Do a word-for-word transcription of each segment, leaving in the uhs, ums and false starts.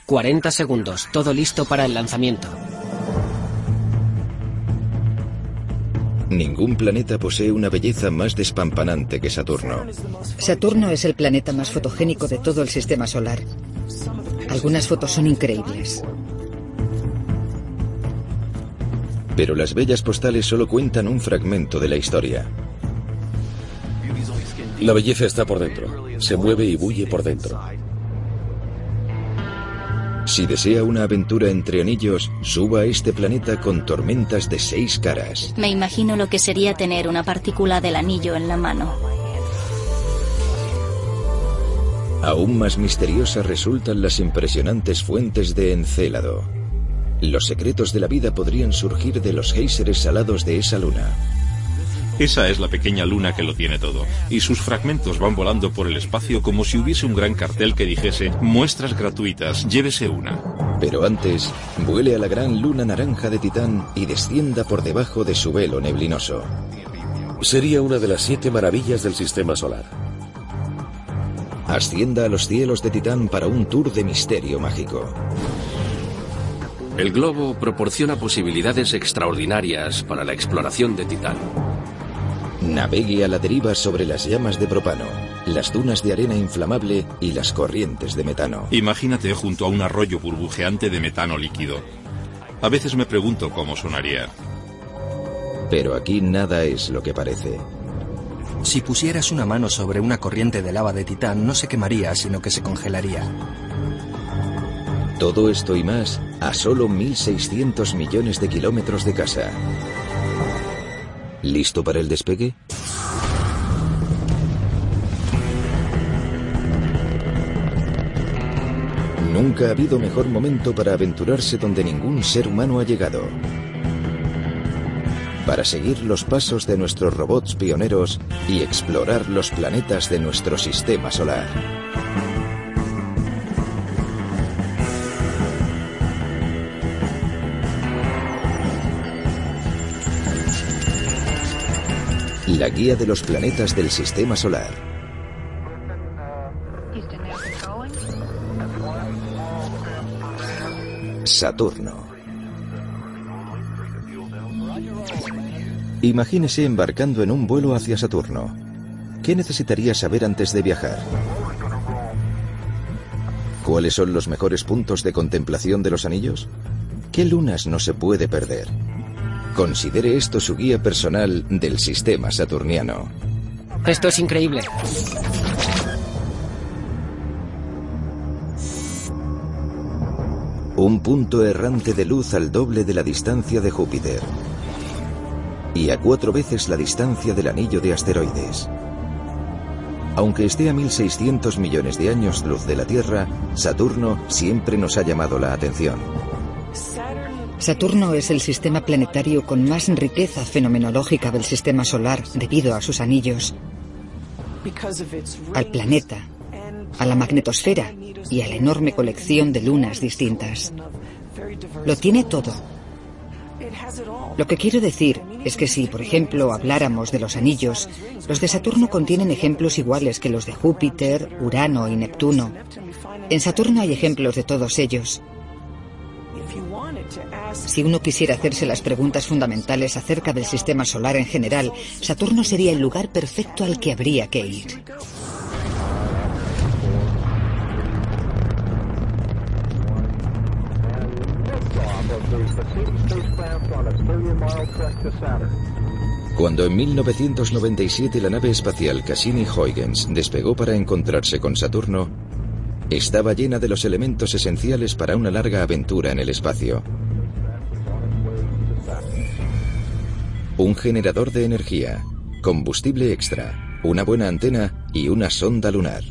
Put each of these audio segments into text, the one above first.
cuarenta segundos, todo listo para el lanzamiento. Ningún planeta posee una belleza más despampanante que Saturno. Saturno es el planeta más fotogénico de todo el sistema solar. Algunas fotos son increíbles. Pero las bellas postales solo cuentan un fragmento de la historia. La belleza está por dentro. Se mueve y bulle por dentro. Si desea una aventura entre anillos, suba a este planeta con tormentas de seis caras. Me imagino lo que sería tener una partícula del anillo en la mano. Aún más misteriosas resultan las impresionantes fuentes de Encélado. Los secretos de la vida podrían surgir de los géiseres salados de esa luna. Esa es la pequeña luna que lo tiene todo, y sus fragmentos van volando por el espacio como si hubiese un gran cartel que dijese «Muestras gratuitas, llévese una». Pero antes, vuele a la gran luna naranja de Titán y descienda por debajo de su velo neblinoso. Sería una de las siete maravillas del sistema solar. Ascienda a los cielos de Titán para un tour de misterio mágico. El globo proporciona posibilidades extraordinarias para la exploración de Titán. Navegue a la deriva sobre las llamas de propano, las dunas de arena inflamable y las corrientes de metano. Imagínate junto a un arroyo burbujeante de metano líquido. A veces me pregunto cómo sonaría. Pero aquí nada es lo que parece. Si pusieras una mano sobre una corriente de lava de Titán, no se quemaría, sino que se congelaría. Todo esto y más a solo mil seiscientos millones de kilómetros de casa. ¿Listo para el despegue? Nunca ha habido mejor momento para aventurarse donde ningún ser humano ha llegado. Para seguir los pasos de nuestros robots pioneros y explorar los planetas de nuestro sistema solar. La guía de los planetas del sistema solar. Saturno. Imagínese embarcando en un vuelo hacia Saturno. ¿Qué necesitaría saber antes de viajar? ¿Cuáles son los mejores puntos de contemplación de los anillos? ¿Qué lunas no se puede perder? Considere esto su guía personal del sistema saturniano. Esto es increíble. Un punto errante de luz al doble de la distancia de Júpiter. Y a cuatro veces la distancia del anillo de asteroides. Aunque esté a mil seiscientos millones de años luz de la Tierra, Saturno siempre nos ha llamado la atención. Saturno es el sistema planetario con más riqueza fenomenológica del sistema solar debido a sus anillos, al planeta, a la magnetosfera y a la enorme colección de lunas distintas. Lo tiene todo. Lo que quiero decir es que si, por ejemplo, habláramos de los anillos, los de Saturno contienen ejemplos iguales que los de Júpiter, Urano y Neptuno. En Saturno hay ejemplos de todos ellos. Si uno quisiera hacerse las preguntas fundamentales acerca del sistema solar en general, Saturno sería el lugar perfecto al que habría que ir. Cuando en mil novecientos noventa y siete la nave espacial Cassini-Huygens despegó para encontrarse con Saturno, estaba llena de los elementos esenciales para una larga aventura en el espacio. Un generador de energía, combustible extra, una buena antena y una sonda lunar.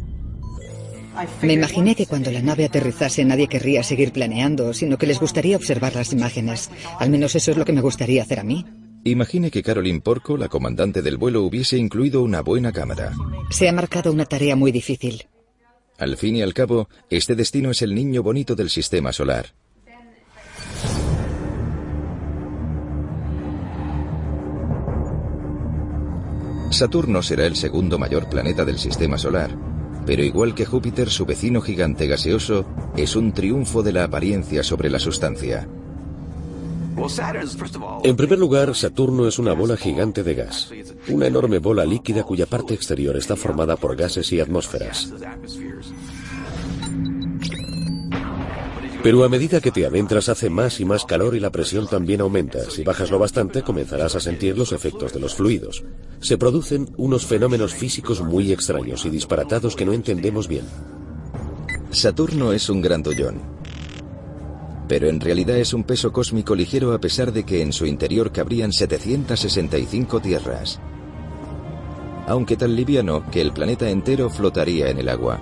Me imaginé que cuando la nave aterrizase nadie querría seguir planeando, sino que les gustaría observar las imágenes. Al menos eso es lo que me gustaría hacer a mí. Imagine que Caroline Porco, la comandante del vuelo, hubiese incluido una buena cámara. Se ha marcado una tarea muy difícil. Al fin y al cabo, este destino es el niño bonito del sistema solar. Saturno será el segundo mayor planeta del sistema solar, Pero igual que Júpiter, su vecino gigante gaseoso es un triunfo de la apariencia sobre la sustancia. En primer lugar, Saturno es una bola gigante de gas, una enorme bola líquida cuya parte exterior está formada por gases y atmósferas. Pero a medida que te adentras hace más y más calor y la presión también aumenta. Si bajas lo bastante, comenzarás a sentir los efectos de los fluidos. Se producen unos fenómenos físicos muy extraños y disparatados que no entendemos bien. Saturno es un grandullón. Pero en realidad es un peso cósmico ligero a pesar de que en su interior cabrían setecientas sesenta y cinco tierras. Aunque tan liviano que el planeta entero flotaría en el agua.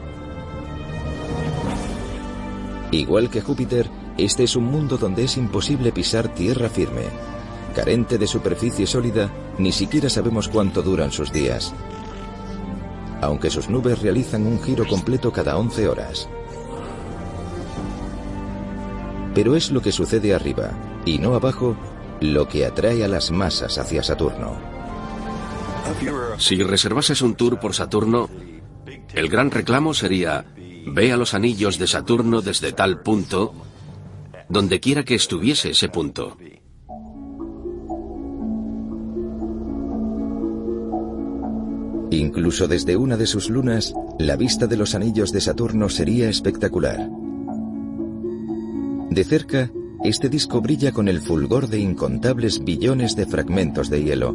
Igual que Júpiter, este es un mundo donde es imposible pisar tierra firme. Carente de superficie sólida, ni siquiera sabemos cuánto duran sus días. Aunque sus nubes realizan un giro completo cada once horas. Pero es lo que sucede arriba, y no abajo, lo que atrae a las masas hacia Saturno. Si reservases un tour por Saturno, el gran reclamo sería: ve a los anillos de Saturno desde tal punto, donde quiera que estuviese ese punto. Incluso desde una de sus lunas, la vista de los anillos de Saturno sería espectacular. De cerca, este disco brilla con el fulgor de incontables billones de fragmentos de hielo.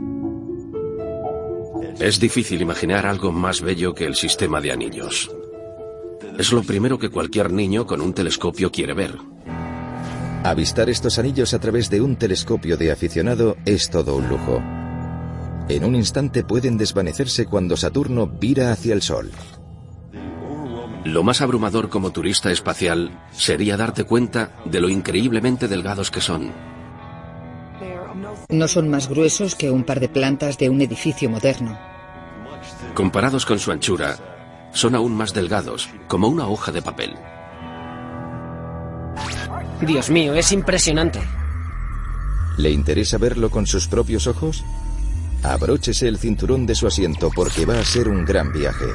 Es difícil imaginar algo más bello que el sistema de anillos. Es lo primero que cualquier niño con un telescopio quiere ver. Avistar estos anillos a través de un telescopio de aficionado es todo un lujo. En un instante pueden desvanecerse cuando Saturno vira hacia el Sol. Lo más abrumador como turista espacial sería darte cuenta de lo increíblemente delgados que son. No son más gruesos que un par de plantas de un edificio moderno. Comparados con su anchura, son aún más delgados, como una hoja de papel. Dios mío, es impresionante. ¿Le interesa verlo con sus propios ojos? Abróchese el cinturón de su asiento porque va a ser un gran viaje.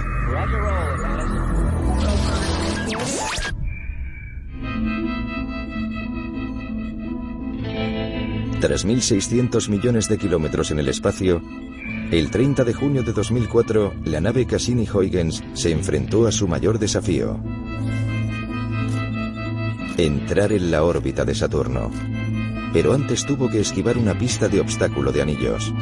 Tras mil seiscientos millones de kilómetros en el espacio, el treinta de junio de dos mil cuatro, la nave Cassini-Huygens se enfrentó a su mayor desafío: entrar en la órbita de Saturno. Pero antes tuvo que esquivar una pista de obstáculo de anillos.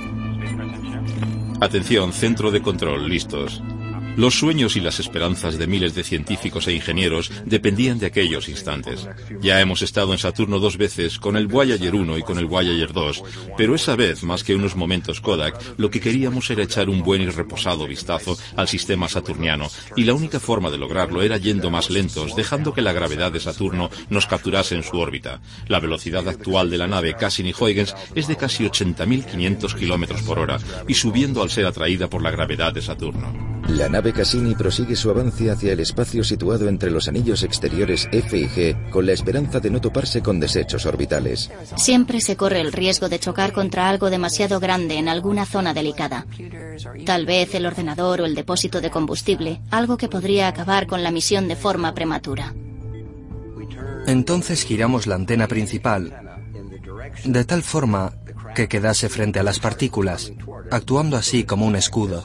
Atención, centro de control, listos. Los sueños y las esperanzas de miles de científicos e ingenieros dependían de aquellos instantes. Ya hemos estado en Saturno dos veces, con el Voyager uno y con el Voyager dos, pero esa vez, más que unos momentos Kodak, lo que queríamos era echar un buen y reposado vistazo al sistema saturniano, y la única forma de lograrlo era yendo más lentos, dejando que la gravedad de Saturno nos capturase en su órbita. La velocidad actual de la nave Cassini-Huygens es de casi ochenta mil quinientos kilómetros por hora, y subiendo al ser atraída por la gravedad de Saturno. La nave Cassini prosigue su avance hacia el espacio situado entre los anillos exteriores F y G con la esperanza de no toparse con desechos orbitales. Siempre se corre el riesgo de chocar contra algo demasiado grande en alguna zona delicada. Tal vez el ordenador o el depósito de combustible, algo que podría acabar con la misión de forma prematura. Entonces giramos la antena principal de tal forma que quedase frente a las partículas, actuando así como un escudo.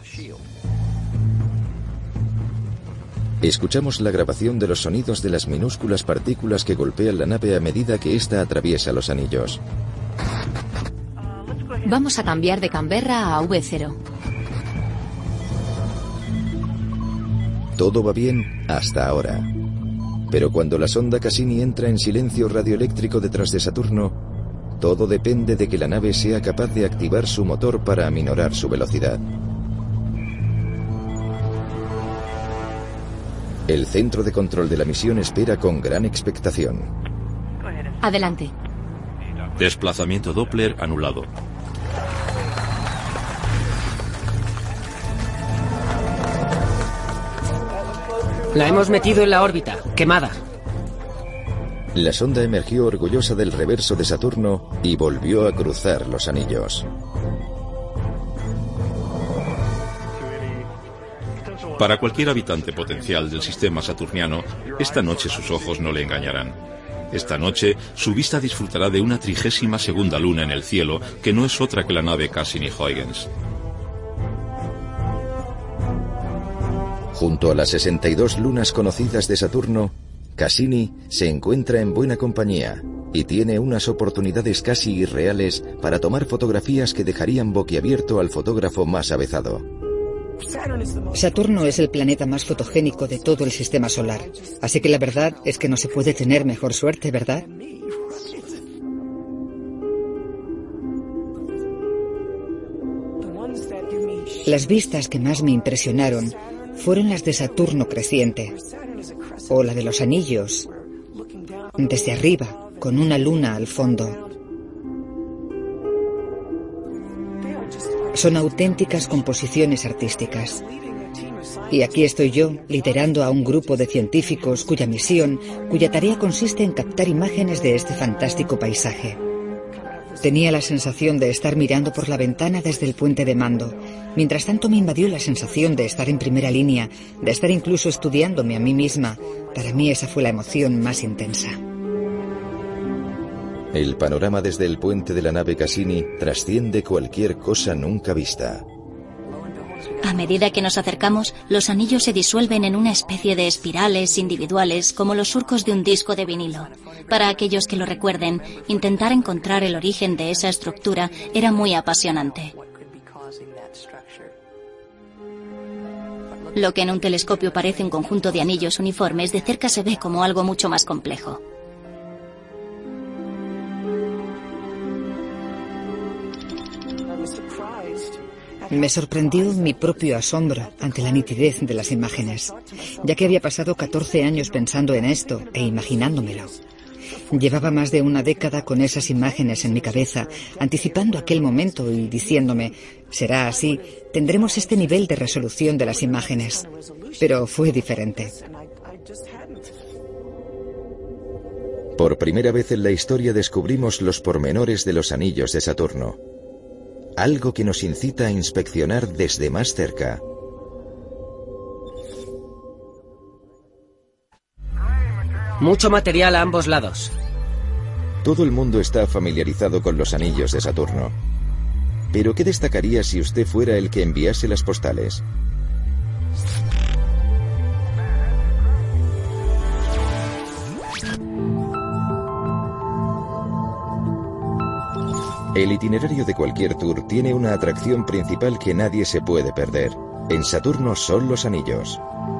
Escuchamos la grabación de los sonidos de las minúsculas partículas que golpean la nave a medida que ésta atraviesa los anillos. Vamos a cambiar de Canberra a V cero. Todo va bien hasta ahora. Pero cuando la sonda Cassini entra en silencio radioeléctrico detrás de Saturno, todo depende de que la nave sea capaz de activar su motor para aminorar su velocidad. El centro de control de la misión espera con gran expectación. Adelante. Desplazamiento Doppler anulado. La hemos metido en la órbita, quemada. La sonda emergió orgullosa del reverso de Saturno y volvió a cruzar los anillos. Para cualquier habitante potencial del sistema saturniano, esta noche sus ojos no le engañarán. Esta noche, su vista disfrutará de una trigésima segunda luna en el cielo, que no es otra que la nave Cassini-Huygens. Junto a las sesenta y dos lunas conocidas de Saturno, Cassini se encuentra en buena compañía y tiene unas oportunidades casi irreales para tomar fotografías que dejarían boquiabierto al fotógrafo más avezado. Saturno es el planeta más fotogénico de todo el sistema solar, así que la verdad es que no se puede tener mejor suerte, ¿verdad? Las vistas que más me impresionaron fueron las de Saturno creciente, o la de los anillos, desde arriba, con una luna al fondo. Son auténticas composiciones artísticas. Y aquí estoy yo, liderando a un grupo de científicos cuya misión, cuya tarea consiste en captar imágenes de este fantástico paisaje. Tenía la sensación de estar mirando por la ventana desde el puente de mando. Mientras tanto me invadió la sensación de estar en primera línea, de estar incluso estudiándome a mí misma. Para mí esa fue la emoción más intensa. El panorama desde el puente de la nave Cassini trasciende cualquier cosa nunca vista. A medida que nos acercamos, los anillos se disuelven en una especie de espirales individuales, como los surcos de un disco de vinilo. Para aquellos que lo recuerden, intentar encontrar el origen de esa estructura era muy apasionante. Lo que en un telescopio parece un conjunto de anillos uniformes, de cerca se ve como algo mucho más complejo. Me sorprendió mi propio asombro ante la nitidez de las imágenes, ya que había pasado catorce años pensando en esto e imaginándomelo. Llevaba más de una década con esas imágenes en mi cabeza, anticipando aquel momento y diciéndome, será así, tendremos este nivel de resolución de las imágenes. Pero fue diferente. Por primera vez en la historia descubrimos los pormenores de los anillos de Saturno. Algo que nos incita a inspeccionar desde más cerca. Mucho material a ambos lados. Todo el mundo está familiarizado con los anillos de Saturno. Pero ¿qué destacaría si usted fuera el que enviase las postales? El itinerario de cualquier tour tiene una atracción principal que nadie se puede perder. En Saturno son los anillos.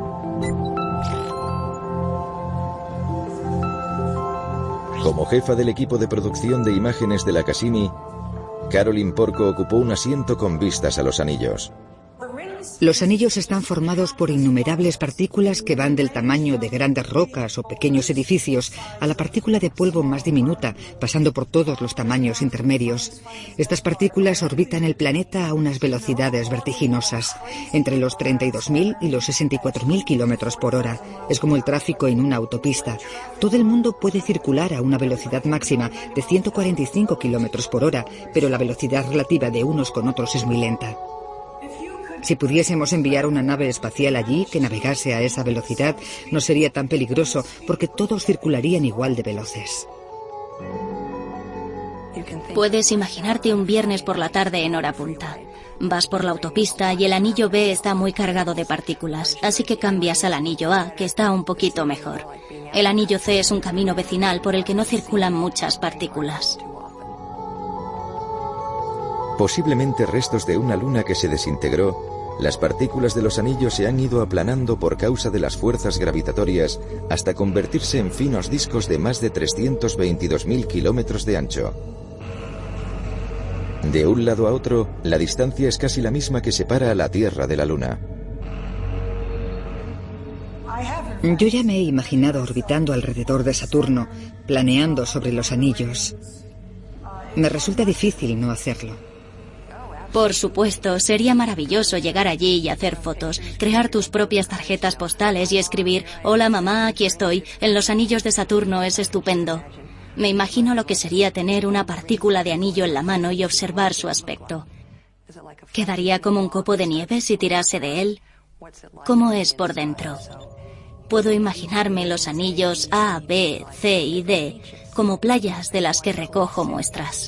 Como jefa del equipo de producción de imágenes de la Cassini, Caroline Porco ocupó un asiento con vistas a los anillos. Los anillos están formados por innumerables partículas que van del tamaño de grandes rocas o pequeños edificios a la partícula de polvo más diminuta, pasando por todos los tamaños intermedios. Estas partículas orbitan el planeta a unas velocidades vertiginosas, entre los treinta y dos mil y los sesenta y cuatro mil kilómetros por hora. Es como el tráfico en una autopista. Todo el mundo puede circular a una velocidad máxima de ciento cuarenta y cinco kilómetros por hora, pero la velocidad relativa de unos con otros es muy lenta. Si pudiésemos enviar una nave espacial allí que navegase a esa velocidad, no sería tan peligroso porque todos circularían igual de veloces. Puedes imaginarte un viernes por la tarde en hora punta. Vas por la autopista y el anillo B está muy cargado de partículas, así que cambias al anillo A, que está un poquito mejor. El anillo C es un camino vecinal por el que no circulan muchas partículas. Posiblemente restos de una luna que se desintegró, las partículas de los anillos se han ido aplanando por causa de las fuerzas gravitatorias hasta convertirse en finos discos de más de trescientos veintidós mil kilómetros de ancho. De un lado a otro, la distancia es casi la misma que separa a la Tierra de la Luna. Yo ya me he imaginado orbitando alrededor de Saturno, planeando sobre los anillos. Me resulta difícil no hacerlo. Por supuesto, sería maravilloso llegar allí y hacer fotos, crear tus propias tarjetas postales y escribir, hola mamá, aquí estoy, en los anillos de Saturno, es estupendo. Me imagino lo que sería tener una partícula de anillo en la mano y observar su aspecto. ¿Quedaría como un copo de nieve si tirase de él? ¿Cómo es por dentro? Puedo imaginarme los anillos A, B, C y D como playas de las que recojo muestras.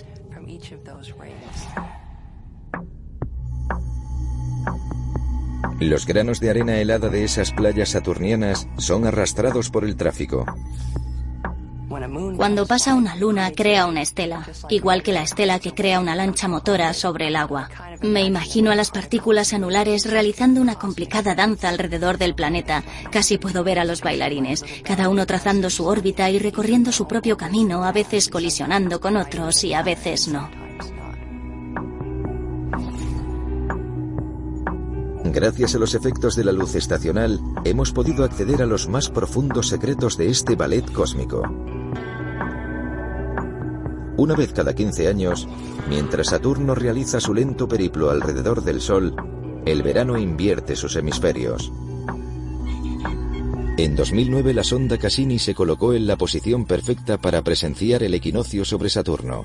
Los granos de arena helada de esas playas saturnianas son arrastrados por el tráfico. Cuando pasa una luna, crea una estela, igual que la estela que crea una lancha motora sobre el agua. Me imagino a las partículas anulares realizando una complicada danza alrededor del planeta. Casi puedo ver a los bailarines, cada uno trazando su órbita y recorriendo su propio camino, a veces colisionando con otros y a veces no. Gracias a los efectos de la luz estacional, hemos podido acceder a los más profundos secretos de este ballet cósmico. Una vez cada quince años, mientras Saturno realiza su lento periplo alrededor del Sol, el verano invierte sus hemisferios. En dos mil nueve la sonda Cassini se colocó en la posición perfecta para presenciar el equinoccio sobre Saturno.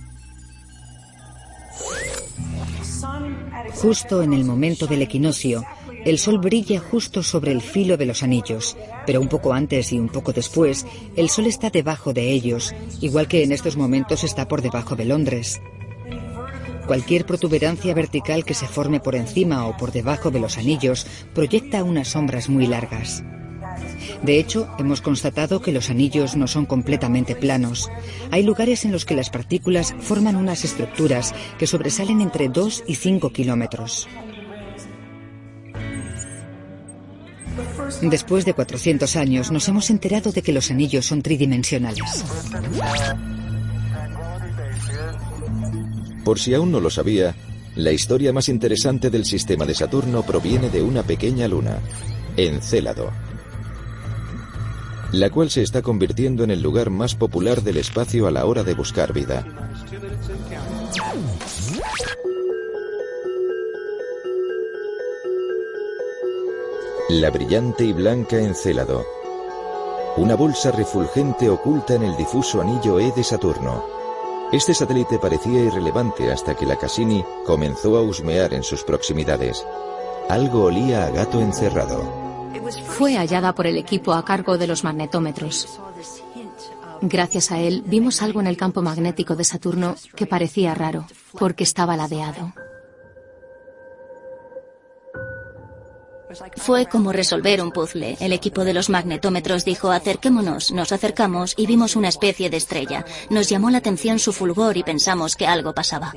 Justo en el momento del equinoccio, el Sol brilla justo sobre el filo de los anillos, pero un poco antes y un poco después, el Sol está debajo de ellos, igual que en estos momentos está por debajo de Londres. Cualquier protuberancia vertical que se forme por encima o por debajo de los anillos proyecta unas sombras muy largas. De hecho, hemos constatado que los anillos no son completamente planos. Hay lugares en los que las partículas forman unas estructuras que sobresalen entre dos y cinco kilómetros. Después de cuatrocientos años, nos hemos enterado de que los anillos son tridimensionales. Por si aún no lo sabía, la historia más interesante del sistema de Saturno proviene de una pequeña luna, Encélado, la cual se está convirtiendo en el lugar más popular del espacio a la hora de buscar vida. La brillante y blanca Encélado, una bolsa refulgente oculta en el difuso anillo E de Saturno. Este satélite parecía irrelevante hasta que la Cassini comenzó a husmear en sus proximidades. Algo olía a gato encerrado. Fue hallada por el equipo a cargo de los magnetómetros. Gracias a él vimos algo en el campo magnético de Saturno que parecía raro, porque estaba ladeado. Fue como resolver un puzzle. El equipo de los magnetómetros dijo: acerquémonos. Nos acercamos y vimos una especie de estrella. Nos llamó la atención su fulgor y pensamos que algo pasaba.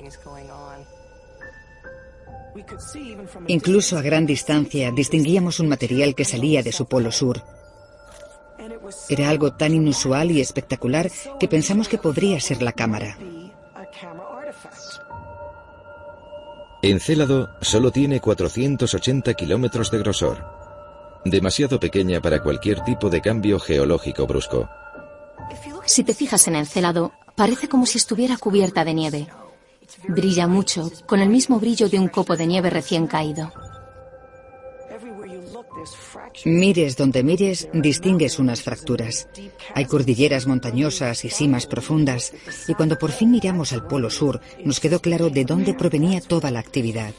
Incluso a gran distancia distinguíamos un material que salía de su polo sur. Era algo tan inusual y espectacular que pensamos que podría ser la cámara. Encélado solo tiene cuatrocientos ochenta kilómetros de grosor, demasiado pequeña para cualquier tipo de cambio geológico brusco. Si te fijas en Encélado, parece como si estuviera cubierta de nieve. Brilla mucho, con el mismo brillo de un copo de nieve recién caído. Mires donde mires, distingues unas fracturas. Hay cordilleras montañosas y simas profundas, y cuando por fin miramos al polo sur, nos quedó claro de dónde provenía toda la actividad.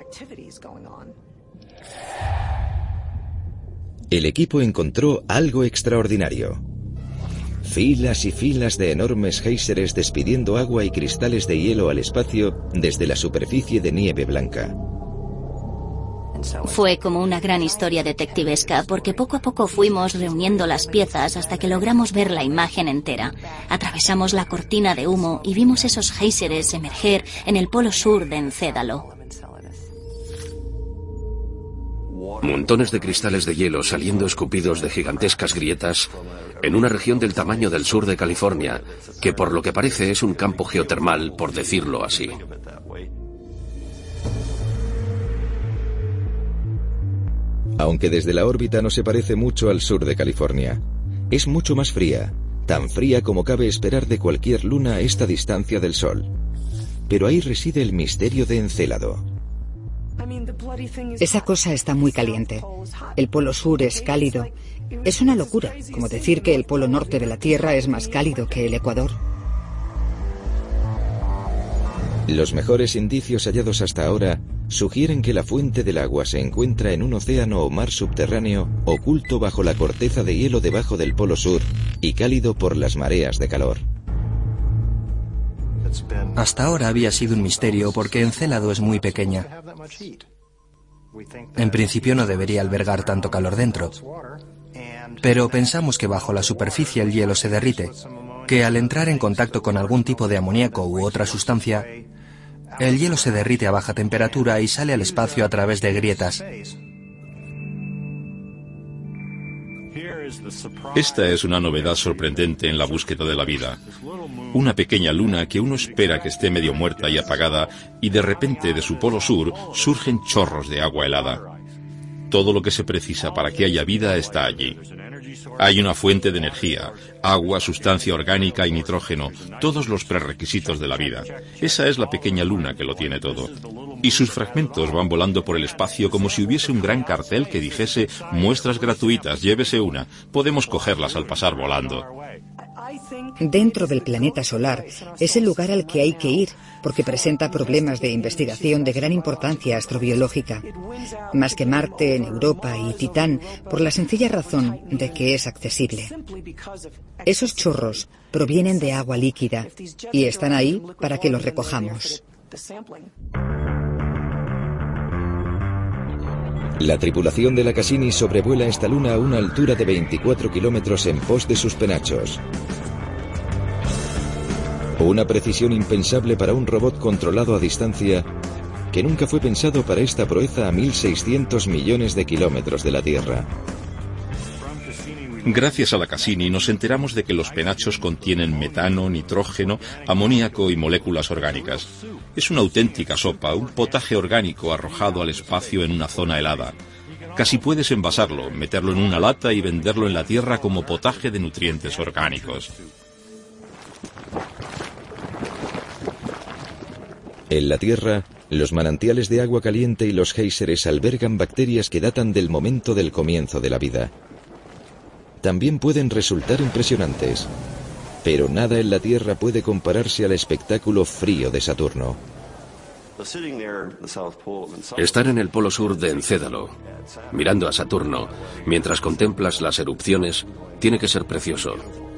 El equipo encontró algo extraordinario. Filas y filas de enormes géiseres despidiendo agua y cristales de hielo al espacio desde la superficie de nieve blanca. Fue como una gran historia detectivesca, porque poco a poco fuimos reuniendo las piezas hasta que logramos ver la imagen entera. Atravesamos la cortina de humo y vimos esos géiseres emerger en el polo sur de Encélado. Montones de cristales de hielo saliendo escupidos de gigantescas grietas en una región del tamaño del sur de California, que por lo que parece es un campo geotermal, por decirlo así. Aunque desde la órbita no se parece mucho al sur de California, es mucho más fría, tan fría como cabe esperar de cualquier luna a esta distancia del Sol. Pero ahí reside el misterio de Encélado. Esa cosa está muy caliente. El polo sur es cálido. Es una locura, como decir que el polo norte de la Tierra es más cálido que el Ecuador. Los mejores indicios hallados hasta ahora sugieren que la fuente del agua se encuentra en un océano o mar subterráneo oculto bajo la corteza de hielo debajo del Polo Sur y cálido por las mareas de calor. Hasta ahora había sido un misterio porque Encélado es muy pequeña. En principio no debería albergar tanto calor dentro, pero pensamos que bajo la superficie el hielo se derrite, que al entrar en contacto con algún tipo de amoníaco u otra sustancia, el hielo se derrite a baja temperatura y sale al espacio a través de grietas. Esta es una novedad sorprendente en la búsqueda de la vida. Una pequeña luna que uno espera que esté medio muerta y apagada, y de repente de su polo sur surgen chorros de agua helada. Todo lo que se precisa para que haya vida está allí. Hay una fuente de energía, agua, sustancia orgánica y nitrógeno, todos los prerequisitos de la vida. Esa es la pequeña luna que lo tiene todo. Y sus fragmentos van volando por el espacio como si hubiese un gran cartel que dijese muestras gratuitas, llévese una, podemos cogerlas al pasar volando. Dentro del planeta solar es el lugar al que hay que ir, porque presenta problemas de investigación de gran importancia astrobiológica. Más que Marte, en Europa y Titán, por la sencilla razón de que es accesible. Esos chorros provienen de agua líquida y están ahí para que los recojamos. La tripulación de la Cassini sobrevuela esta luna a una altura de veinticuatro kilómetros en pos de sus penachos. Una precisión impensable para un robot controlado a distancia que nunca fue pensado para esta proeza a mil seiscientos millones de kilómetros de la Tierra. Gracias a la Cassini nos enteramos de que los penachos contienen metano, nitrógeno, amoníaco y moléculas orgánicas. Es una auténtica sopa, un potaje orgánico arrojado al espacio en una zona helada. Casi puedes envasarlo, meterlo en una lata y venderlo en la Tierra como potaje de nutrientes orgánicos. En la Tierra, los manantiales de agua caliente y los géiseres albergan bacterias que datan del momento del comienzo de la vida. También pueden resultar impresionantes, pero nada en la Tierra puede compararse al espectáculo frío de Saturno. Estar en el polo sur de Encédalo, mirando a Saturno, mientras contemplas las erupciones, tiene que ser precioso.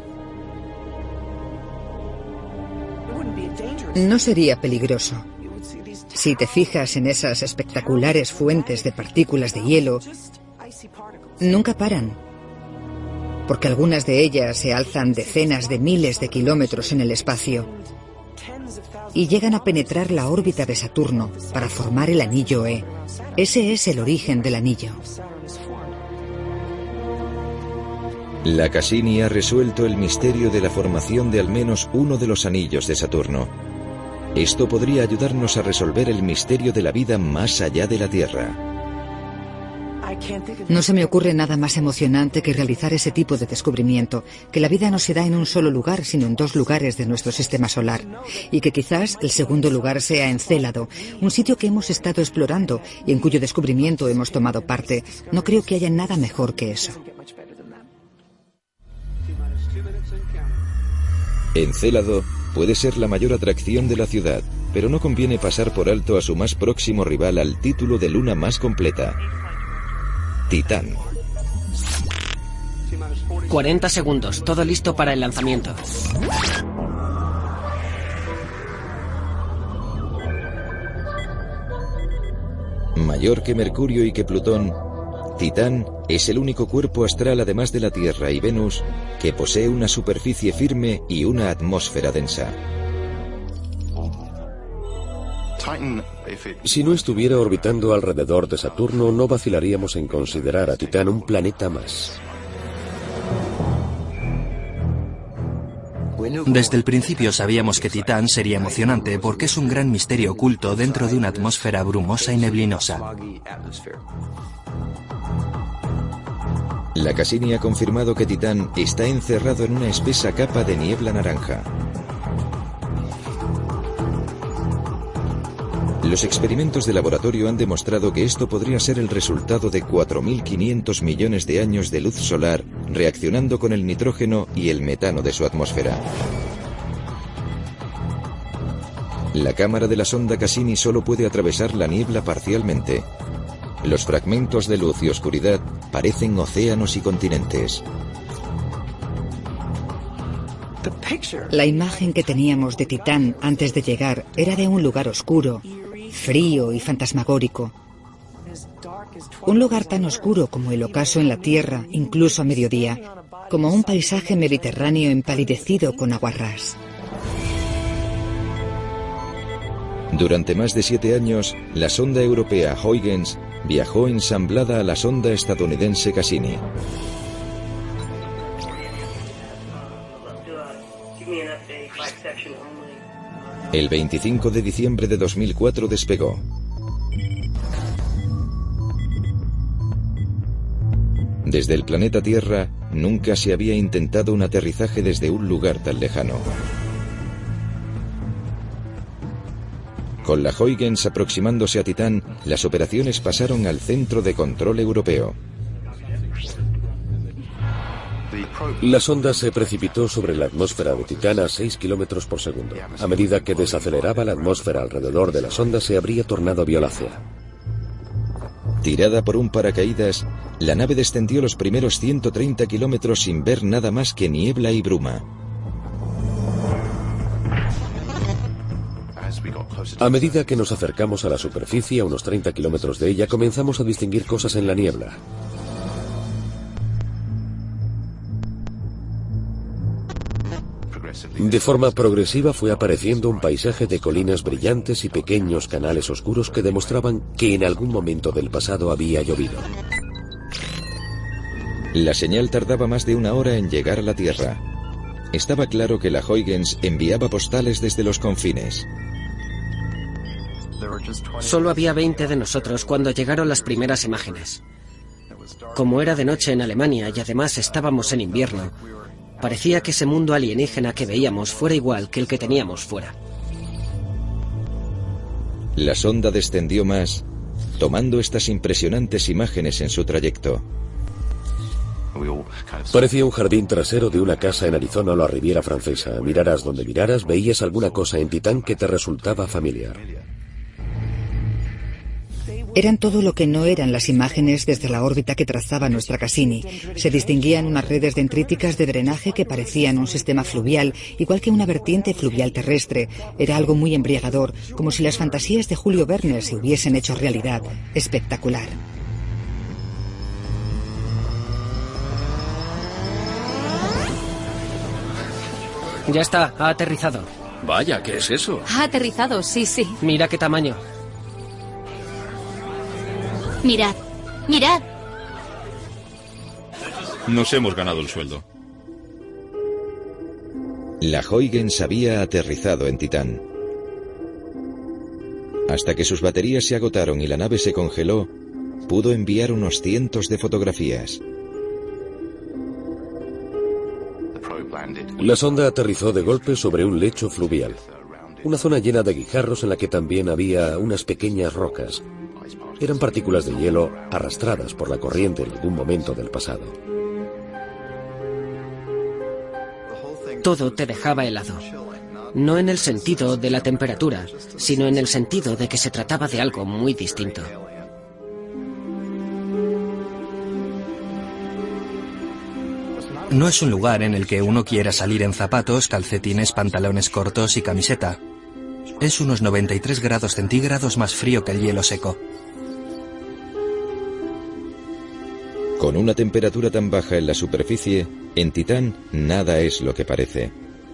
No sería peligroso. Si te fijas en esas espectaculares fuentes de partículas de hielo, nunca paran, porque algunas de ellas se alzan decenas de miles de kilómetros en el espacio y llegan a penetrar la órbita de Saturno para formar el anillo E. Ese es el origen del anillo. La Cassini ha resuelto el misterio de la formación de al menos uno de los anillos de Saturno. Esto podría ayudarnos a resolver el misterio de la vida más allá de la Tierra. No se me ocurre nada más emocionante que realizar ese tipo de descubrimiento, que la vida no se da en un solo lugar, sino en dos lugares de nuestro sistema solar, y que quizás el segundo lugar sea Encélado, un sitio que hemos estado explorando y en cuyo descubrimiento hemos tomado parte. No creo que haya nada mejor que eso. Encélado puede ser la mayor atracción de la ciudad, pero no conviene pasar por alto a su más próximo rival al título de luna más completa, Titán. cuarenta segundos, todo listo para el lanzamiento. Mayor que Mercurio y que Plutón, Titán es el único cuerpo astral, además de la Tierra y Venus, que posee una superficie firme y una atmósfera densa. Si no estuviera orbitando alrededor de Saturno, no vacilaríamos en considerar a Titán un planeta más. Desde el principio sabíamos que Titán sería emocionante porque es un gran misterio oculto dentro de una atmósfera brumosa y neblinosa. La Cassini ha confirmado que Titán está encerrado en una espesa capa de niebla naranja. Los experimentos de laboratorio han demostrado que esto podría ser el resultado de cuatro mil quinientos millones de años de luz solar reaccionando con el nitrógeno y el metano de su atmósfera. La cámara de la sonda Cassini solo puede atravesar la niebla parcialmente. Los fragmentos de luz y oscuridad parecen océanos y continentes. La imagen que teníamos de Titán antes de llegar era de un lugar oscuro, frío y fantasmagórico. Un lugar tan oscuro como el ocaso en la Tierra, incluso a mediodía, como un paisaje mediterráneo empalidecido con aguarrás. Durante más de siete años, la sonda europea Huygens viajó ensamblada a la sonda estadounidense Cassini. El veinticinco de diciembre de dos mil cuatro despegó. Desde el planeta Tierra, nunca se había intentado un aterrizaje desde un lugar tan lejano. Con la Huygens aproximándose a Titán, las operaciones pasaron al Centro de Control Europeo. La sonda se precipitó sobre la atmósfera de Titán a seis kilómetros por segundo. A medida que desaceleraba, la atmósfera alrededor de la sonda se habría tornado violácea. Tirada por un paracaídas, la nave descendió los primeros ciento treinta kilómetros sin ver nada más que niebla y bruma. A medida que nos acercamos a la superficie, a unos treinta kilómetros de ella, comenzamos a distinguir cosas en la niebla. De forma progresiva fue apareciendo un paisaje de colinas brillantes y pequeños canales oscuros que demostraban que en algún momento del pasado había llovido. La señal tardaba más de una hora en llegar a la Tierra. Estaba claro que la Huygens enviaba postales desde los confines. Solo había veinte de nosotros cuando llegaron las primeras imágenes. Como era de noche en Alemania y además estábamos en invierno, parecía que ese mundo alienígena que veíamos fuera igual que el que teníamos fuera. La sonda descendió más, tomando estas impresionantes imágenes en su trayecto. Parecía un jardín trasero de una casa en Arizona o la Riviera Francesa. Miraras donde miraras, veías alguna cosa en Titán que te resultaba familiar. Eran todo lo que no eran las imágenes desde la órbita que trazaba nuestra Cassini. Se distinguían unas redes dendríticas de drenaje que parecían un sistema fluvial, igual que una vertiente fluvial terrestre. Era algo muy embriagador, como si las fantasías de Julio Verne se hubiesen hecho realidad. Espectacular. Ya está, ha aterrizado. Vaya, ¿qué es eso? Ha aterrizado, sí, sí. Mira qué tamaño. Mirad, mirad. Nos hemos ganado el sueldo. La Huygens había aterrizado en Titán. Hasta que sus baterías se agotaron y la nave se congeló, pudo enviar unos cientos de fotografías. La sonda aterrizó de golpe sobre un lecho fluvial, una zona llena de guijarros en la que también había unas pequeñas rocas. Eran partículas de hielo arrastradas por la corriente en algún momento del pasado. Todo te dejaba helado. No en el sentido de la temperatura, sino en el sentido de que se trataba de algo muy distinto. No es un lugar en el que uno quiera salir en zapatos, calcetines, pantalones cortos y camiseta. Es unos noventa y tres grados centígrados más frío que el hielo seco. Con una temperatura tan baja en la superficie, en Titán nada es lo que parece.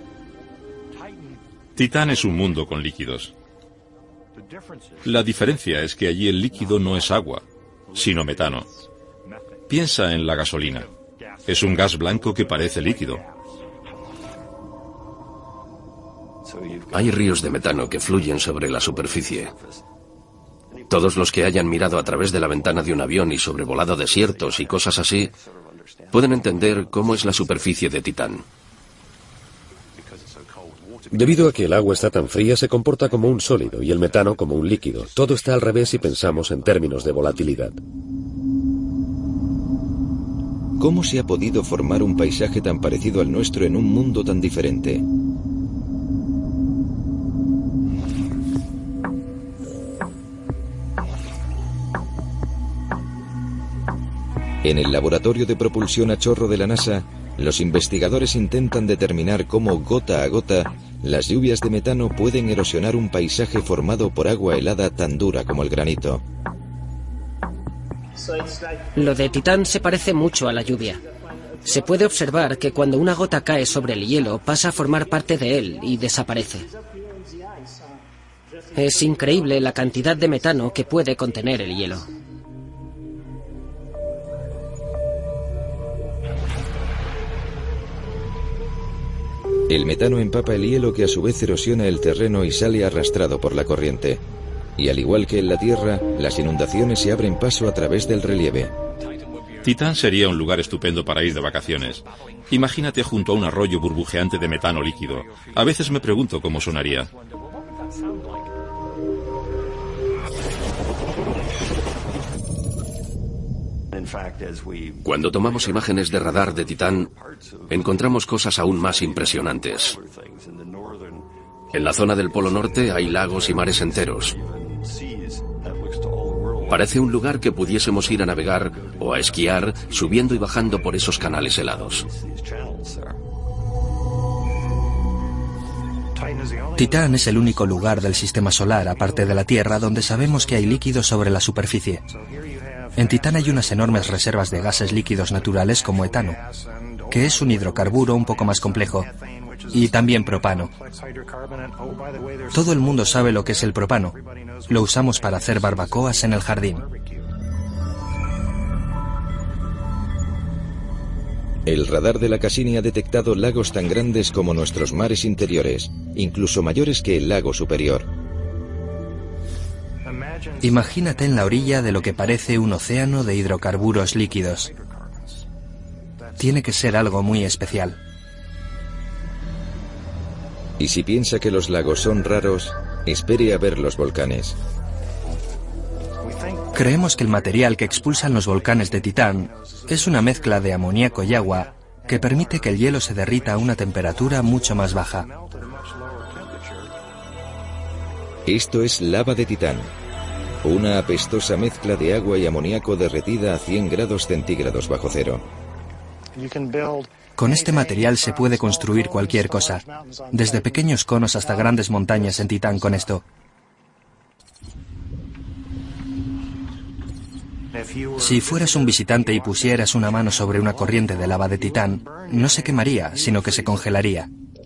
Titán es un mundo con líquidos. La diferencia es que allí el líquido no es agua, sino metano. Piensa en la gasolina. Es un gas blanco que parece líquido. Hay ríos de metano que fluyen sobre la superficie. Todos los que hayan mirado a través de la ventana de un avión y sobrevolado desiertos y cosas así, pueden entender cómo es la superficie de Titán. Debido a que el agua está tan fría, se comporta como un sólido y el metano como un líquido. Todo está al revés si pensamos en términos de volatilidad. ¿Cómo se ha podido formar un paisaje tan parecido al nuestro en un mundo tan diferente? En el laboratorio de propulsión a chorro de la NASA, los investigadores intentan determinar cómo, gota a gota, las lluvias de metano pueden erosionar un paisaje formado por agua helada tan dura como el granito. Lo de Titán se parece mucho a la lluvia. Se puede observar que cuando una gota cae sobre el hielo pasa a formar parte de él y desaparece. Es increíble la cantidad de metano que puede contener el hielo. El metano empapa el hielo, que a su vez erosiona el terreno y sale arrastrado por la corriente. Y al igual que en la Tierra, las inundaciones se abren paso a través del relieve. Titán sería un lugar estupendo para ir de vacaciones. Imagínate junto a un arroyo burbujeante de metano líquido. A veces me pregunto cómo sonaría. Cuando tomamos imágenes de radar de Titán, encontramos cosas aún más impresionantes. En la zona del Polo Norte hay lagos y mares enteros. Parece un lugar que pudiésemos ir a navegar o a esquiar subiendo y bajando por esos canales helados. Titán es el único lugar del sistema solar, aparte de la Tierra, donde sabemos que hay líquidos sobre la superficie. En Titán hay unas enormes reservas de gases líquidos naturales como etano, que es un hidrocarburo un poco más complejo, y también propano. Todo el mundo sabe lo que es el propano. Lo usamos para hacer barbacoas en el jardín. El radar de la Cassini ha detectado lagos tan grandes como nuestros mares interiores, incluso mayores que el lago superior. Imagínate en la orilla de lo que parece un océano de hidrocarburos líquidos. Tiene que ser algo muy especial. Y si piensa que los lagos son raros, espere a ver los volcanes. Creemos que el material que expulsan los volcanes de Titán es una mezcla de amoníaco y agua que permite que el hielo se derrita a una temperatura mucho más baja. Esto es lava de Titán, una apestosa mezcla de agua y amoníaco derretida a cien grados centígrados bajo cero. Con este material se puede construir cualquier cosa, desde pequeños conos hasta grandes montañas en Titán con esto. Si fueras un visitante y pusieras una mano sobre una corriente de lava de Titán, no se quemaría, sino que se congelaría.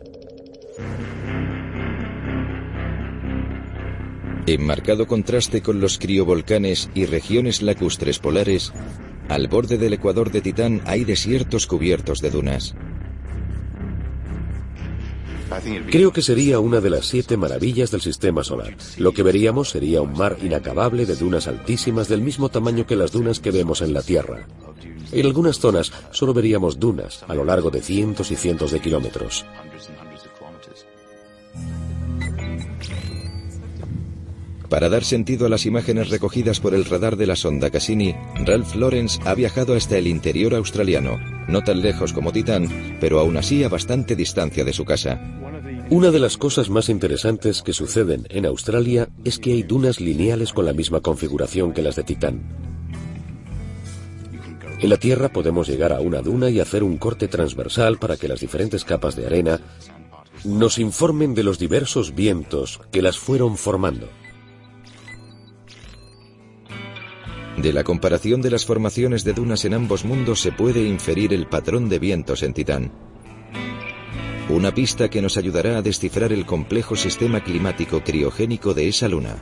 En marcado contraste con los criovolcanes y regiones lacustres polares, al borde del ecuador de Titán hay desiertos cubiertos de dunas. Creo que sería una de las siete maravillas del sistema solar. Lo que veríamos sería un mar inacabable de dunas altísimas del mismo tamaño que las dunas que vemos en la Tierra. En algunas zonas solo veríamos dunas a lo largo de cientos y cientos de kilómetros. Para dar sentido a las imágenes recogidas por el radar de la sonda Cassini, Ralph Lawrence ha viajado hasta el interior australiano, no tan lejos como Titán, pero aún así a bastante distancia de su casa. Una de las cosas más interesantes que suceden en Australia es que hay dunas lineales con la misma configuración que las de Titán. En la Tierra podemos llegar a una duna y hacer un corte transversal para que las diferentes capas de arena nos informen de los diversos vientos que las fueron formando. De la comparación de las formaciones de dunas en ambos mundos se puede inferir el patrón de vientos en Titán. Una pista que nos ayudará a descifrar el complejo sistema climático criogénico de esa luna.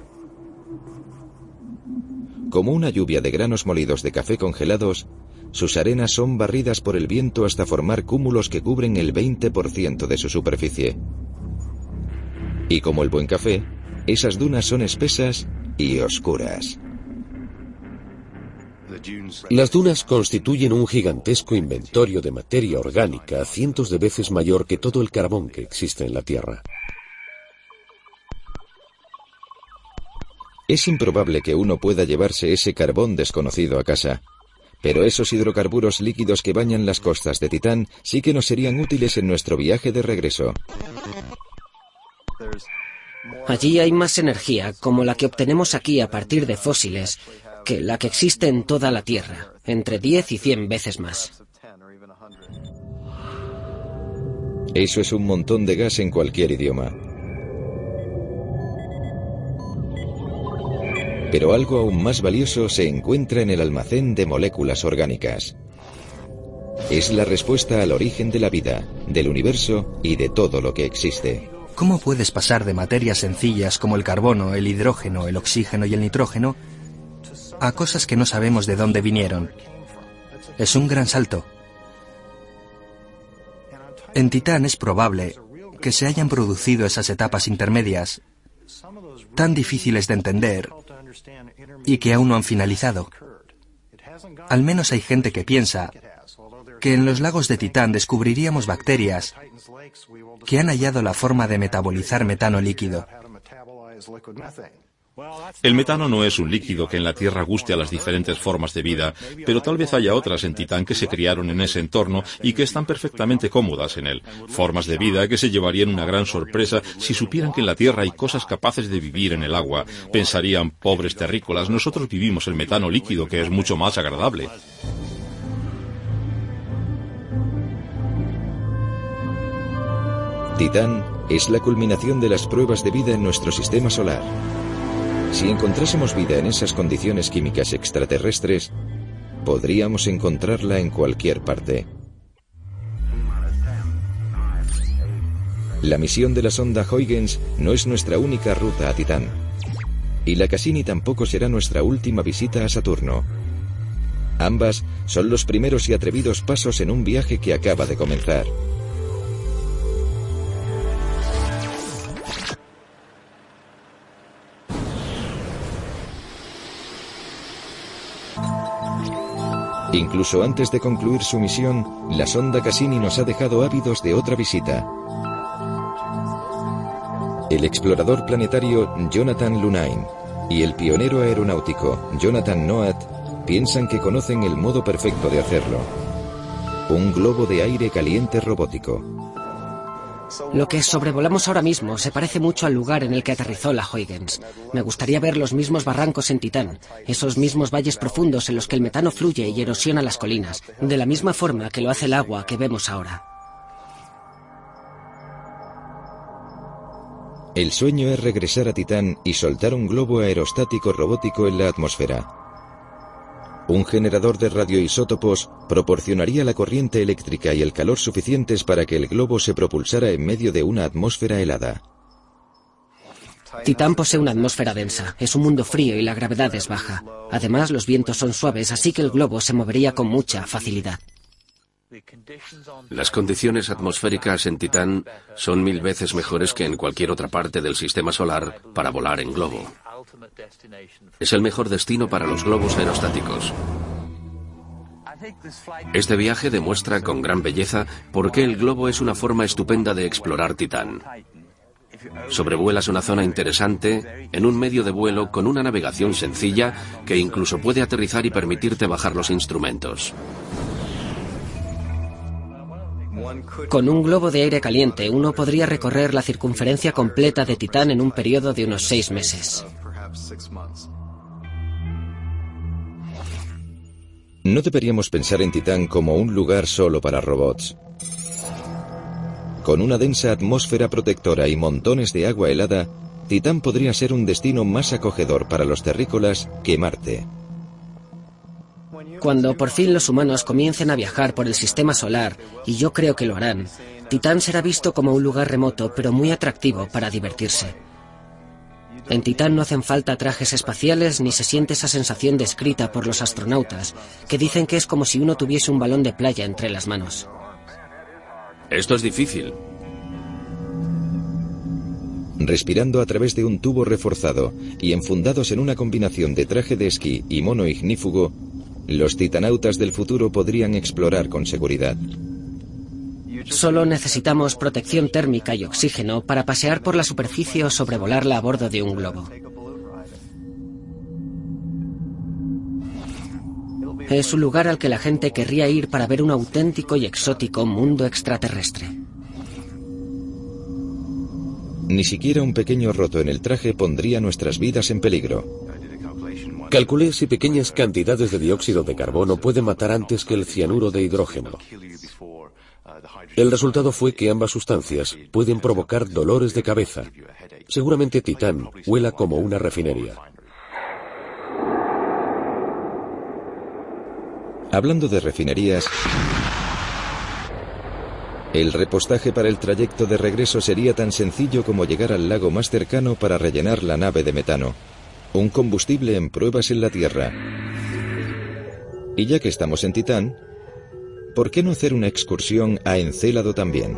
Como una lluvia de granos molidos de café congelados, sus arenas son barridas por el viento hasta formar cúmulos que cubren el veinte por ciento de su superficie. Y como el buen café, esas dunas son espesas y oscuras. Las dunas constituyen un gigantesco inventario de materia orgánica cientos de veces mayor que todo el carbón que existe en la Tierra. Es improbable que uno pueda llevarse ese carbón desconocido a casa, pero esos hidrocarburos líquidos que bañan las costas de Titán sí que nos serían útiles en nuestro viaje de regreso. Allí hay más energía, como la que obtenemos aquí a partir de fósiles, que la que existe en toda la Tierra. entre diez y cien veces más. Eso es un montón de gas en cualquier idioma. Pero algo aún más valioso se encuentra en el almacén de moléculas orgánicas. Es la respuesta al origen de la vida, del universo y de todo lo que existe. ¿Cómo puedes pasar de materias sencillas como el carbono, el hidrógeno, el oxígeno y el nitrógeno a cosas que no sabemos de dónde vinieron? Es un gran salto. En Titán es probable que se hayan producido esas etapas intermedias tan difíciles de entender y que aún no han finalizado. Al menos hay gente que piensa que en los lagos de Titán descubriríamos bacterias que han hallado la forma de metabolizar metano líquido. El metano no es un líquido que en la Tierra guste a las diferentes formas de vida, pero tal vez haya otras en Titán que se criaron en ese entorno y que están perfectamente cómodas en él. Formas de vida que se llevarían una gran sorpresa si supieran que en la Tierra hay cosas capaces de vivir en el agua. Pensarían, pobres terrícolas, nosotros vivimos el metano líquido, que es mucho más agradable. Titán es la culminación de las pruebas de vida en nuestro sistema solar. Si encontrásemos vida en esas condiciones químicas extraterrestres, podríamos encontrarla en cualquier parte. La misión de la sonda Huygens no es nuestra única ruta a Titán. Y la Cassini tampoco será nuestra última visita a Saturno. Ambas son los primeros y atrevidos pasos en un viaje que acaba de comenzar. Incluso antes de concluir su misión, la sonda Cassini nos ha dejado ávidos de otra visita. El explorador planetario Jonathan Lunine y el pionero aeronáutico Jonathan Noat piensan que conocen el modo perfecto de hacerlo. Un globo de aire caliente robótico. Lo que sobrevolamos ahora mismo se parece mucho al lugar en el que aterrizó la Huygens. Me gustaría ver los mismos barrancos en Titán, esos mismos valles profundos en los que el metano fluye y erosiona las colinas, de la misma forma que lo hace el agua que vemos ahora. El sueño es regresar a Titán y soltar un globo aerostático robótico en la atmósfera. Un generador de radioisótopos proporcionaría la corriente eléctrica y el calor suficientes para que el globo se propulsara en medio de una atmósfera helada. Titán posee una atmósfera densa, es un mundo frío y la gravedad es baja. Además, los vientos son suaves, así que el globo se movería con mucha facilidad. Las condiciones atmosféricas en Titán son mil veces mejores que en cualquier otra parte del sistema solar para volar en globo. Es el mejor destino para los globos aerostáticos. Este viaje demuestra con gran belleza por qué el globo es una forma estupenda de explorar Titán. Sobrevuelas una zona interesante en un medio de vuelo con una navegación sencilla que incluso puede aterrizar y permitirte bajar los instrumentos. Con un globo de aire caliente, uno podría recorrer la circunferencia completa de Titán en un periodo de unos seis meses. No deberíamos pensar en Titán como un lugar solo para robots. Con una densa atmósfera protectora y montones de agua helada, Titán podría ser un destino más acogedor para los terrícolas que Marte. Cuando por fin los humanos comiencen a viajar por el sistema solar, y yo creo que lo harán, Titán será visto como un lugar remoto pero muy atractivo para divertirse. En Titán no hacen falta trajes espaciales ni se siente esa sensación descrita por los astronautas, que dicen que es como si uno tuviese un balón de playa entre las manos. Esto es difícil. Respirando a través de un tubo reforzado y enfundados en una combinación de traje de esquí y mono ignífugo, los titanautas del futuro podrían explorar con seguridad. Solo necesitamos protección térmica y oxígeno para pasear por la superficie o sobrevolarla a bordo de un globo. Es un lugar al que la gente querría ir para ver un auténtico y exótico mundo extraterrestre. Ni siquiera un pequeño roto en el traje pondría nuestras vidas en peligro. Calculé si pequeñas cantidades de dióxido de carbono pueden matar antes que el cianuro de hidrógeno. El resultado fue que ambas sustancias pueden provocar dolores de cabeza. Seguramente Titán huela como una refinería. Hablando de refinerías, el repostaje para el trayecto de regreso sería tan sencillo como llegar al lago más cercano para rellenar la nave de metano, un combustible en pruebas en la Tierra. Y ya que estamos en Titán, ¿por qué no hacer una excursión a Encélado también?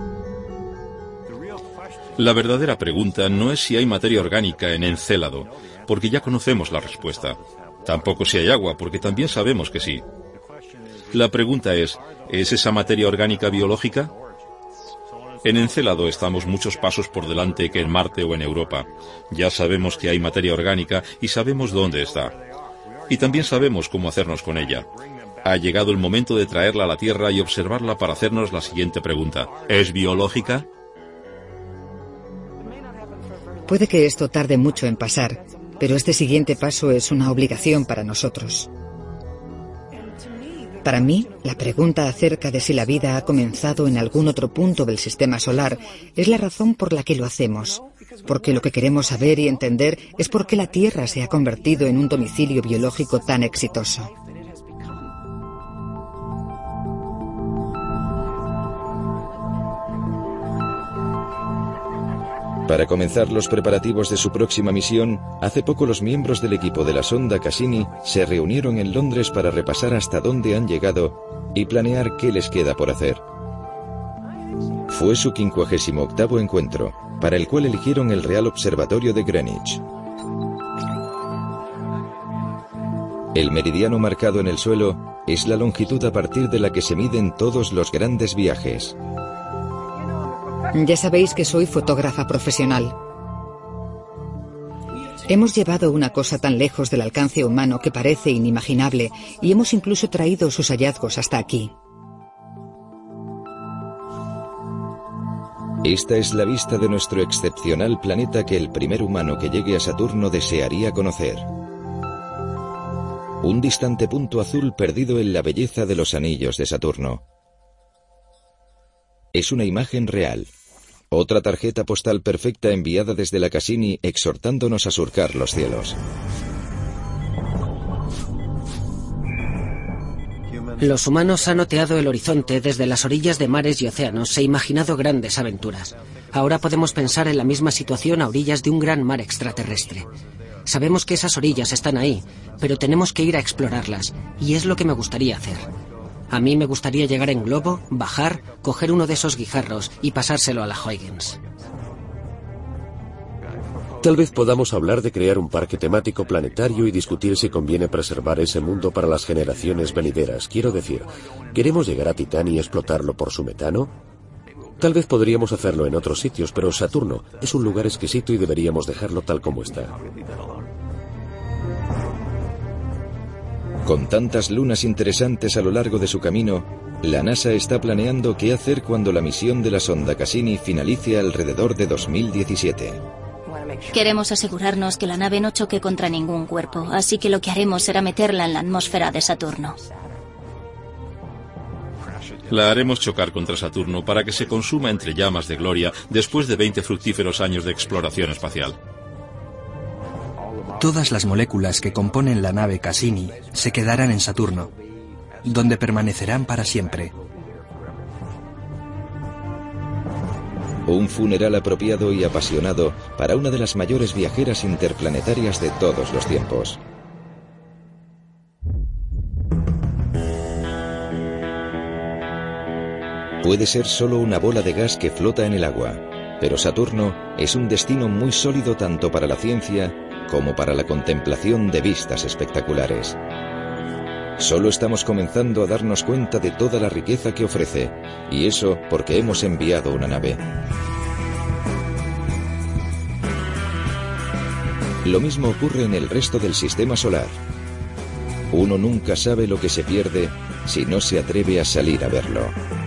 La verdadera pregunta no es si hay materia orgánica en Encélado, porque ya conocemos la respuesta. Tampoco si hay agua, porque también sabemos que sí. La pregunta es, ¿es esa materia orgánica biológica? En Encélado estamos muchos pasos por delante que en Marte o en Europa. Ya sabemos que hay materia orgánica y sabemos dónde está. Y también sabemos cómo hacernos con ella. Ha llegado el momento de traerla a la Tierra y observarla para hacernos la siguiente pregunta. ¿Es biológica? Puede que esto tarde mucho en pasar, pero este siguiente paso es una obligación para nosotros. Para mí, la pregunta acerca de si la vida ha comenzado en algún otro punto del sistema solar es la razón por la que lo hacemos, porque lo que queremos saber y entender es por qué la Tierra se ha convertido en un domicilio biológico tan exitoso. Para comenzar los preparativos de su próxima misión, hace poco los miembros del equipo de la sonda Cassini se reunieron en Londres para repasar hasta dónde han llegado y planear qué les queda por hacer. Fue su quincuagésimo octavo encuentro, para el cual eligieron el Real Observatorio de Greenwich. El meridiano marcado en el suelo es la longitud a partir de la que se miden todos los grandes viajes. Ya sabéis que soy fotógrafa profesional. Hemos llevado una cosa tan lejos del alcance humano que parece inimaginable y hemos incluso traído sus hallazgos hasta aquí. Esta es la vista de nuestro excepcional planeta que el primer humano que llegue a Saturno desearía conocer. Un distante punto azul perdido en la belleza de los anillos de Saturno. Es una imagen real. Otra tarjeta postal perfecta enviada desde la Cassini exhortándonos a surcar los cielos. Los humanos han oteado el horizonte desde las orillas de mares y océanos e imaginado grandes aventuras. Ahora podemos pensar en la misma situación a orillas de un gran mar extraterrestre. Sabemos que esas orillas están ahí, pero tenemos que ir a explorarlas, y es lo que me gustaría hacer. A mí me gustaría llegar en globo, bajar, coger uno de esos guijarros y pasárselo a la Huygens. Tal vez podamos hablar de crear un parque temático planetario y discutir si conviene preservar ese mundo para las generaciones venideras. Quiero decir, ¿queremos llegar a Titán y explotarlo por su metano? Tal vez podríamos hacerlo en otros sitios, pero Saturno es un lugar exquisito y deberíamos dejarlo tal como está. Con tantas lunas interesantes a lo largo de su camino, la NASA está planeando qué hacer cuando la misión de la sonda Cassini finalice alrededor de dos mil diecisiete. Queremos asegurarnos que la nave no choque contra ningún cuerpo, así que lo que haremos será meterla en la atmósfera de Saturno. La haremos chocar contra Saturno para que se consuma entre llamas de gloria después de veinte fructíferos años de exploración espacial. Todas las moléculas que componen la nave Cassini se quedarán en Saturno, donde permanecerán para siempre. Un funeral apropiado y apasionado para una de las mayores viajeras interplanetarias de todos los tiempos. Puede ser solo una bola de gas que flota en el agua, pero Saturno es un destino muy sólido tanto para la ciencia como para la contemplación de vistas espectaculares. Solo estamos comenzando a darnos cuenta de toda la riqueza que ofrece, y eso porque hemos enviado una nave. Lo mismo ocurre en el resto del sistema solar. Uno nunca sabe lo que se pierde si no se atreve a salir a verlo.